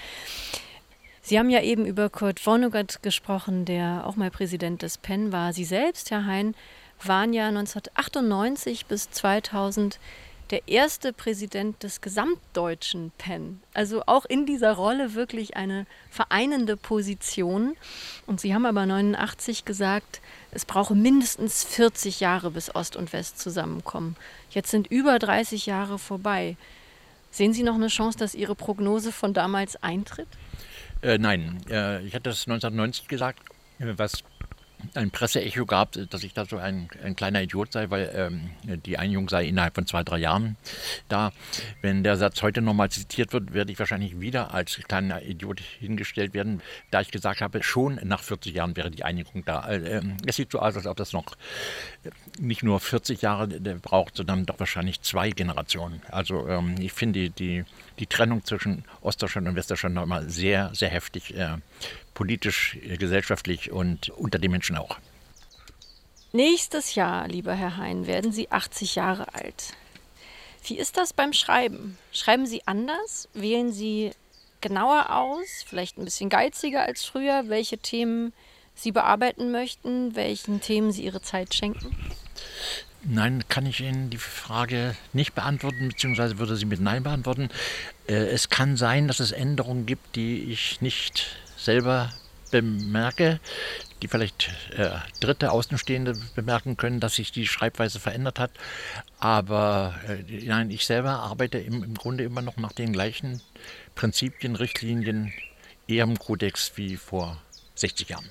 Sie haben ja eben über Kurt Vonnegut gesprochen, der auch mal Präsident des Penn war. Sie selbst, Herr Hein, waren ja neunzehnhundertachtundneunzig bis zweitausend der erste Präsident des gesamtdeutschen Penn. Also auch in dieser Rolle wirklich eine vereinende Position. Und Sie haben aber neunundachtzig gesagt, es brauche mindestens vierzig Jahre, bis Ost und West zusammenkommen. Jetzt sind über dreißig Jahre vorbei. Sehen Sie noch eine Chance, dass Ihre Prognose von damals eintritt? Äh, nein, äh, ich hatte das neunzehnhundertneunzig gesagt, was ein Presseecho gab, dass ich da so ein, ein kleiner Idiot sei, weil ähm, die Einigung sei innerhalb von zwei, drei Jahren da. Wenn der Satz heute nochmal zitiert wird, werde ich wahrscheinlich wieder als kleiner Idiot hingestellt werden, da ich gesagt habe, schon nach vierzig Jahren wäre die Einigung da. Äh, es sieht so aus, als ob das noch nicht nur vierzig Jahre braucht, sondern doch wahrscheinlich zwei Generationen. Also ähm, ich finde die, die Trennung zwischen Ostdeutschland und Westdeutschland noch immer sehr, sehr heftig. Äh, politisch, gesellschaftlich und unter den Menschen auch. Nächstes Jahr, lieber Herr Hein, werden Sie achtzig Jahre alt. Wie ist das beim Schreiben? Schreiben Sie anders? Wählen Sie genauer aus, vielleicht ein bisschen geiziger als früher, welche Themen Sie bearbeiten möchten, welchen Themen Sie Ihre Zeit schenken? Nein, kann ich Ihnen die Frage nicht beantworten, beziehungsweise würde sie mit Nein beantworten. Es kann sein, dass es Änderungen gibt, die ich nicht selber bemerke, die vielleicht äh, Dritte, Außenstehende bemerken können, dass sich die Schreibweise verändert hat. Aber äh, nein, ich selber arbeite im, im Grunde immer noch nach den gleichen Prinzipien, Richtlinien, eher im Kodex wie vor sechzig Jahren.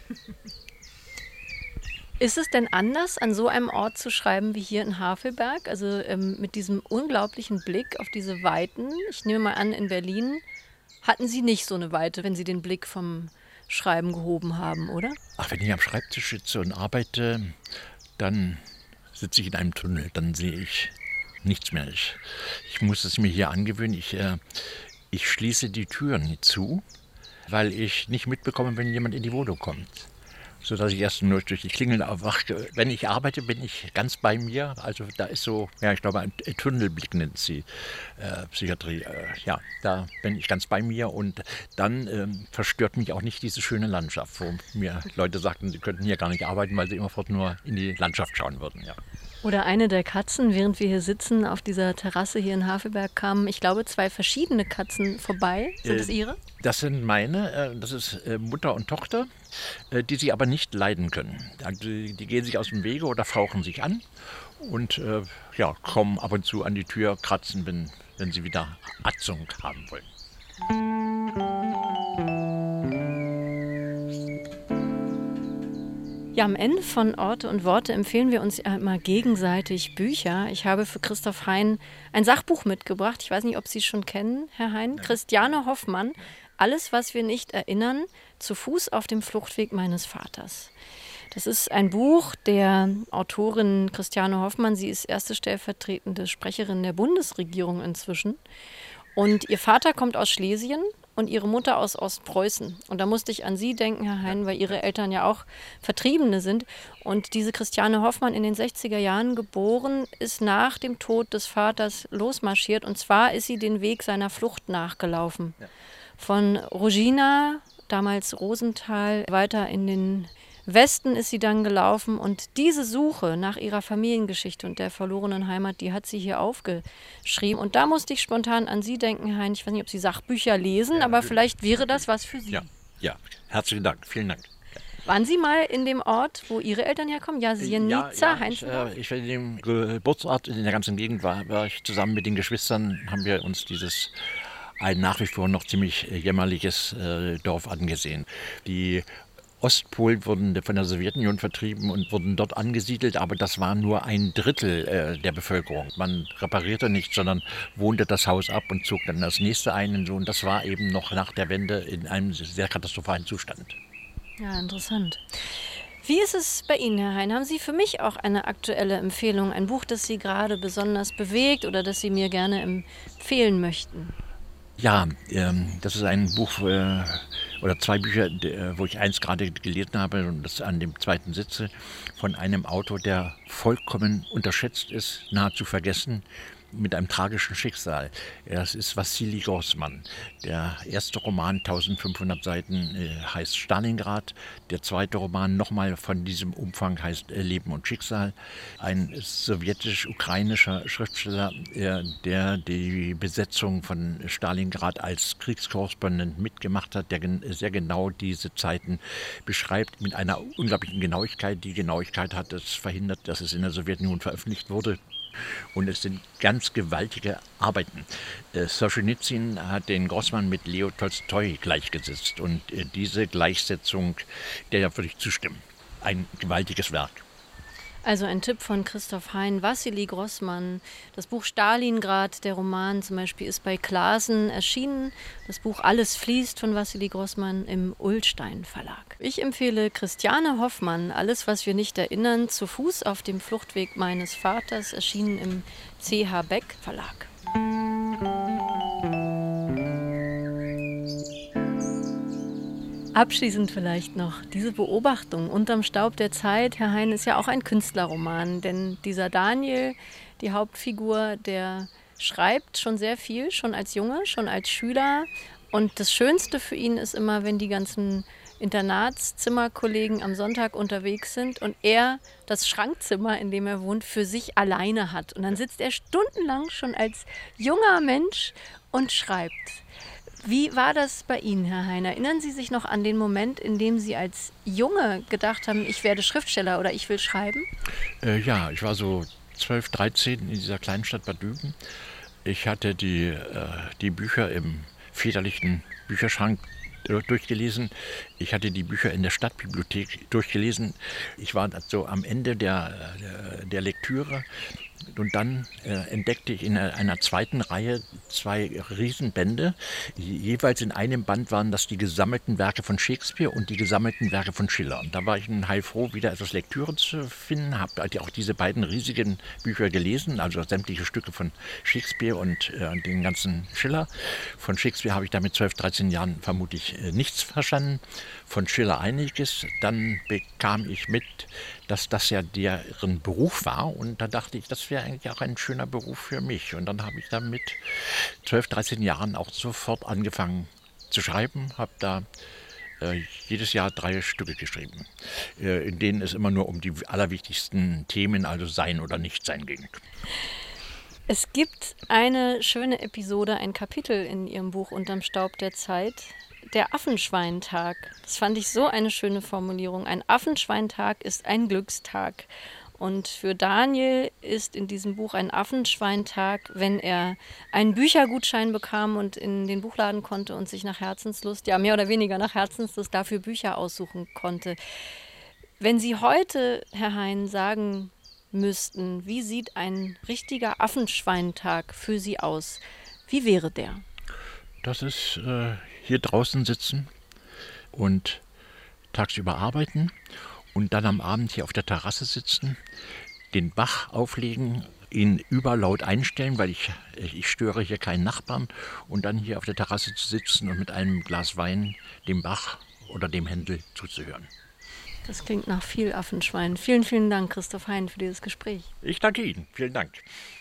Ist es denn anders, an so einem Ort zu schreiben wie hier in Havelberg? Also ähm, mit diesem unglaublichen Blick auf diese Weiten. Ich nehme mal an, in Berlin hatten Sie nicht so eine Weite, wenn Sie den Blick vom Schreiben gehoben haben, oder? Ach, wenn ich am Schreibtisch sitze und arbeite, dann sitze ich in einem Tunnel, dann sehe ich nichts mehr. Ich, ich muss es mir hier angewöhnen. Ich, äh, ich schließe die Türen zu, weil ich nicht mitbekomme, wenn jemand in die Wohnung kommt. Sodass ich erst nur durch die Klingel aufwache. Wenn ich arbeite, bin ich ganz bei mir. Also da ist so, ja, ich glaube, ein Tunnelblick nennt sie äh, Psychiatrie. Äh, ja, da bin ich ganz bei mir und dann ähm, verstört mich auch nicht diese schöne Landschaft, wo mir Leute sagten, sie könnten hier gar nicht arbeiten, weil sie immerfort nur in die Landschaft schauen würden. Ja. Oder eine der Katzen, während wir hier sitzen auf dieser Terrasse hier in Havelberg, kamen, ich glaube, zwei verschiedene Katzen vorbei. Sind es Ihre? Das sind meine, das ist Mutter und Tochter, die sie aber nicht leiden können. Die, die gehen sich aus dem Wege oder fauchen sich an und äh, ja, kommen ab und zu an die Tür, kratzen, wenn, wenn sie wieder Atzung haben wollen. Ja, am Ende von Orte und Worte empfehlen wir uns ja immer gegenseitig Bücher. Ich habe für Christoph Hein ein Sachbuch mitgebracht. Ich weiß nicht, ob Sie es schon kennen, Herr Hein. Ja. Christiane Hoffmann, Alles, was wir nicht erinnern, zu Fuß auf dem Fluchtweg meines Vaters. Das ist ein Buch der Autorin Christiane Hoffmann. Sie ist erste stellvertretende Sprecherin der Bundesregierung inzwischen. Und ihr Vater kommt aus Schlesien und ihre Mutter aus Ostpreußen. Und da musste ich an Sie denken, Herr Hein, weil Ihre Eltern ja auch Vertriebene sind. Und diese Christiane Hoffmann, in den sechziger Jahren geboren, ist nach dem Tod des Vaters losmarschiert. Und zwar ist sie den Weg seiner Flucht nachgelaufen. Ja. Von Rogina, damals Rosenthal, weiter in den Westen ist sie dann gelaufen. Und diese Suche nach ihrer Familiengeschichte und der verlorenen Heimat, die hat sie hier aufgeschrieben. Und da musste ich spontan an Sie denken, Hein. Ich weiß nicht, ob Sie Sachbücher lesen, ja, aber natürlich. Vielleicht wäre das was für Sie. Ja, ja. Herzlichen Dank. Vielen Dank. Waren Sie mal in dem Ort, wo Ihre Eltern herkommen? Ja, Sienica, ja, ja, Heinz? Ich, äh, ich in dem Geburtsort in der ganzen Gegend war, war ich zusammen mit den Geschwistern, haben wir uns dieses ein nach wie vor noch ziemlich jämmerliches äh, Dorf angesehen. Die Ostpolen wurden von der Sowjetunion vertrieben und wurden dort angesiedelt, aber das war nur ein Drittel äh, der Bevölkerung. Man reparierte nicht, sondern wohnte das Haus ab und zog dann das nächste ein. Und so. Und das war eben noch nach der Wende in einem sehr katastrophalen Zustand. Ja, interessant. Wie ist es bei Ihnen, Herr Hein? Haben Sie für mich auch eine aktuelle Empfehlung, ein Buch, das Sie gerade besonders bewegt oder das Sie mir gerne empfehlen möchten? Ja, ähm, das ist ein Buch äh, oder zwei Bücher, de, wo ich eins gerade gelesen habe und das an dem zweiten sitze, von einem Autor, der vollkommen unterschätzt ist, nahezu vergessen, mit einem tragischen Schicksal. Das ist Wassili Grossman. Der erste Roman, eintausendfünfhundert Seiten, äh, heißt Stalingrad. Der zweite Roman, nochmal von diesem Umfang, heißt äh, Leben und Schicksal. Ein sowjetisch-ukrainischer Schriftsteller, äh, der die Besetzung von Stalingrad als Kriegskorrespondent mitgemacht hat, der gen- sehr genau diese Zeiten beschreibt, mit einer unglaublichen Genauigkeit. Die Genauigkeit hat es verhindert, dass es in der Sowjetunion veröffentlicht wurde. Und es sind ganz gewaltige Arbeiten. Äh, Solschenizyn hat den Grossman mit Leo Tolstoi gleichgesetzt. Und äh, diese Gleichsetzung, der würde ich zustimmen. Ein gewaltiges Werk. Also ein Tipp von Christoph Hein, Wassili Grossman. Das Buch Stalingrad, der Roman zum Beispiel, ist bei Clasen erschienen. Das Buch Alles fließt von Wassili Grossman im Ullstein Verlag. Ich empfehle Christiane Hoffmann, Alles, was wir nicht erinnern, zu Fuß auf dem Fluchtweg meines Vaters, erschienen im C H Beck Verlag. Abschließend vielleicht noch diese Beobachtung. Unterm Staub der Zeit, Herr Hein, ist ja auch ein Künstlerroman. Denn dieser Daniel, die Hauptfigur, der schreibt schon sehr viel, schon als Junge, schon als Schüler. Und das Schönste für ihn ist immer, wenn die ganzen Internatszimmerkollegen am Sonntag unterwegs sind und er das Schrankzimmer, in dem er wohnt, für sich alleine hat. Und dann sitzt er stundenlang schon als junger Mensch und schreibt. Wie war das bei Ihnen, Herr Hein? Erinnern Sie sich noch an den Moment, in dem Sie als Junge gedacht haben, ich werde Schriftsteller oder ich will schreiben? Äh, ja, ich war so zwölf, dreizehn in dieser kleinen Stadt Bad Düben. Ich hatte die, äh, die Bücher im väterlichen Bücherschrank durchgelesen. Ich hatte die Bücher in der Stadtbibliothek durchgelesen. Ich war so am Ende der, der, der Lektüre. Und dann äh, entdeckte ich in einer zweiten Reihe zwei Riesenbände. Jeweils in einem Band waren das die gesammelten Werke von Shakespeare und die gesammelten Werke von Schiller. Und da war ich heilfroh, wieder etwas Lektüre zu finden. Habe auch diese beiden riesigen Bücher gelesen, also sämtliche Stücke von Shakespeare und äh, den ganzen Schiller. Von Shakespeare habe ich da mit zwölf, dreizehn Jahren vermutlich äh, nichts verstanden. Von Schiller einiges. Dann bekam ich mit, dass das ja deren Beruf war. Und da dachte ich, das wäre eigentlich auch ein schöner Beruf für mich. Und dann habe ich dann mit zwölf, dreizehn Jahren auch sofort angefangen zu schreiben. Habe da äh, jedes Jahr drei Stücke geschrieben, äh, in denen es immer nur um die allerwichtigsten Themen, also Sein oder Nichtsein ging. Es gibt eine schöne Episode, ein Kapitel in Ihrem Buch Unterm Staub der Zeit. Der Affenschweintag. Das fand ich so eine schöne Formulierung. Ein Affenschweintag ist ein Glückstag. Und für Daniel ist in diesem Buch ein Affenschweintag, wenn er einen Büchergutschein bekam und in den Buchladen konnte und sich nach Herzenslust, ja mehr oder weniger nach Herzenslust dafür Bücher aussuchen konnte. Wenn Sie heute, Herr Hein, sagen müssten, wie sieht ein richtiger Affenschweintag für Sie aus? Wie wäre der? Das ist äh, hier draußen sitzen und tagsüber arbeiten und dann am Abend hier auf der Terrasse sitzen, den Bach auflegen, ihn überlaut einstellen, weil ich, ich störe hier keinen Nachbarn. Und dann hier auf der Terrasse zu sitzen und mit einem Glas Wein dem Bach oder dem Händel zuzuhören. Das klingt nach viel Affenschwein. Vielen, vielen Dank, Christoph Hein, für dieses Gespräch. Ich danke Ihnen. Vielen Dank.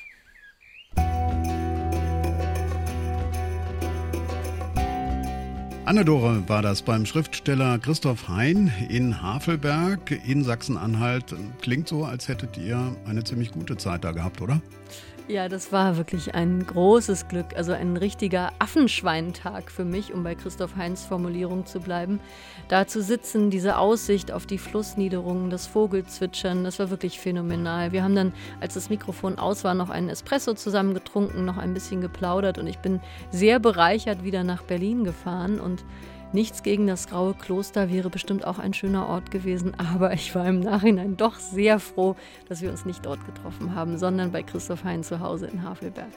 Anne-Dore war das beim Schriftsteller Christoph Hein in Havelberg in Sachsen-Anhalt. Klingt so, als hättet ihr eine ziemlich gute Zeit da gehabt, oder? Ja, das war wirklich ein großes Glück, also ein richtiger Affenschweintag für mich, um bei Christoph Heins Formulierung zu bleiben. Da zu sitzen, diese Aussicht auf die Flussniederungen, das Vogelzwitschern, das war wirklich phänomenal. Wir haben dann, als das Mikrofon aus war, noch einen Espresso zusammen getrunken, noch ein bisschen geplaudert und ich bin sehr bereichert wieder nach Berlin gefahren und nichts gegen das Graue Kloster, wäre bestimmt auch ein schöner Ort gewesen, aber ich war im Nachhinein doch sehr froh, dass wir uns nicht dort getroffen haben, sondern bei Christoph Hein zu Hause in Havelberg.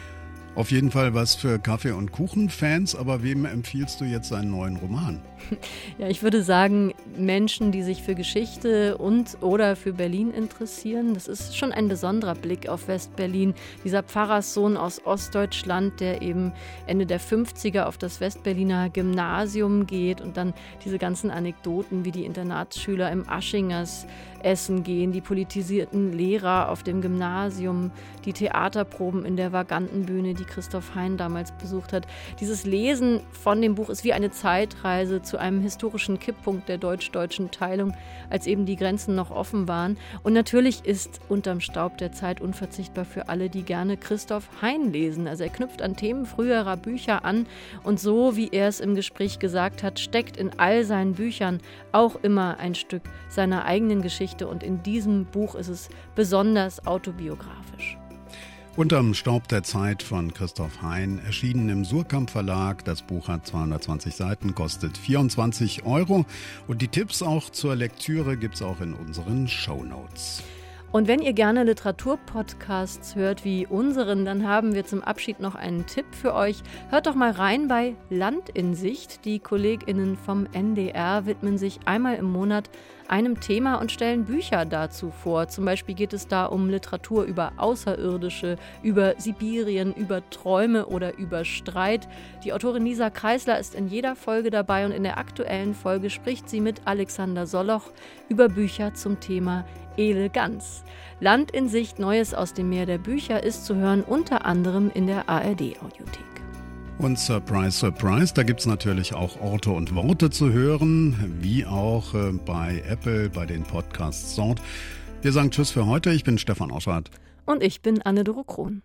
Auf jeden Fall was für Kaffee- und Kuchen-Fans, aber wem empfiehlst du jetzt seinen neuen Roman? Ja, ich würde sagen, Menschen, die sich für Geschichte und oder für Berlin interessieren. Das ist schon ein besonderer Blick auf West-Berlin. Dieser Pfarrerssohn aus Ostdeutschland, der eben Ende der fünfziger auf das Westberliner Gymnasium geht und dann diese ganzen Anekdoten, wie die Internatsschüler im Aschingers essen gehen, die politisierten Lehrer auf dem Gymnasium, die Theaterproben in der Vagantenbühne, die Christoph Hein damals besucht hat. Dieses Lesen von dem Buch ist wie eine Zeitreise zu einem historischen Kipppunkt der deutsch-deutschen Teilung, als eben die Grenzen noch offen waren. Und natürlich ist Unterm Staub der Zeit unverzichtbar für alle, die gerne Christoph Hein lesen. Also er knüpft an Themen früherer Bücher an und so, wie er es im Gespräch gesagt hat, steckt in all seinen Büchern auch immer ein Stück seiner eigenen Geschichte und in diesem Buch ist es besonders autobiografisch. Unterm Staub der Zeit von Christoph Hein, erschienen im Surkamp Verlag. Das Buch hat zweihundertzwanzig Seiten, kostet vierundzwanzig Euro. Und die Tipps auch zur Lektüre gibt es auch in unseren Shownotes. Und wenn ihr gerne Literaturpodcasts hört wie unseren, dann haben wir zum Abschied noch einen Tipp für euch. Hört doch mal rein bei Land in Sicht. Die KollegInnen vom N D R widmen sich einmal im Monat einem Thema und stellen Bücher dazu vor. Zum Beispiel geht es da um Literatur über Außerirdische, über Sibirien, über Träume oder über Streit. Die Autorin Lisa Kreisler ist in jeder Folge dabei und in der aktuellen Folge spricht sie mit Alexander Soloch über Bücher zum Thema Eleganz. Land in Sicht, Neues aus dem Meer der Bücher ist zu hören, unter anderem in der A R D-Audiothek. Und Surprise, Surprise, da gibt es natürlich auch Orte und Worte zu hören, wie auch äh, bei Apple, bei den Podcasts dort. Wir sagen Tschüss für heute. Ich bin Stefan Oschardt. Und ich bin Anne-Dore Krohn.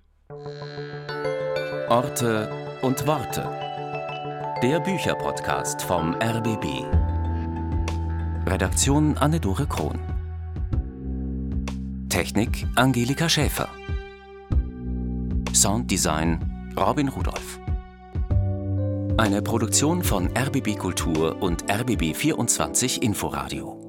Orte und Worte. Der Bücherpodcast vom R B B. Redaktion Anne-Dore Krohn. Technik Angelika Schäfer. Sounddesign Robin Rudolph. Eine Produktion von R B B Kultur und R B B vierundzwanzig Inforadio.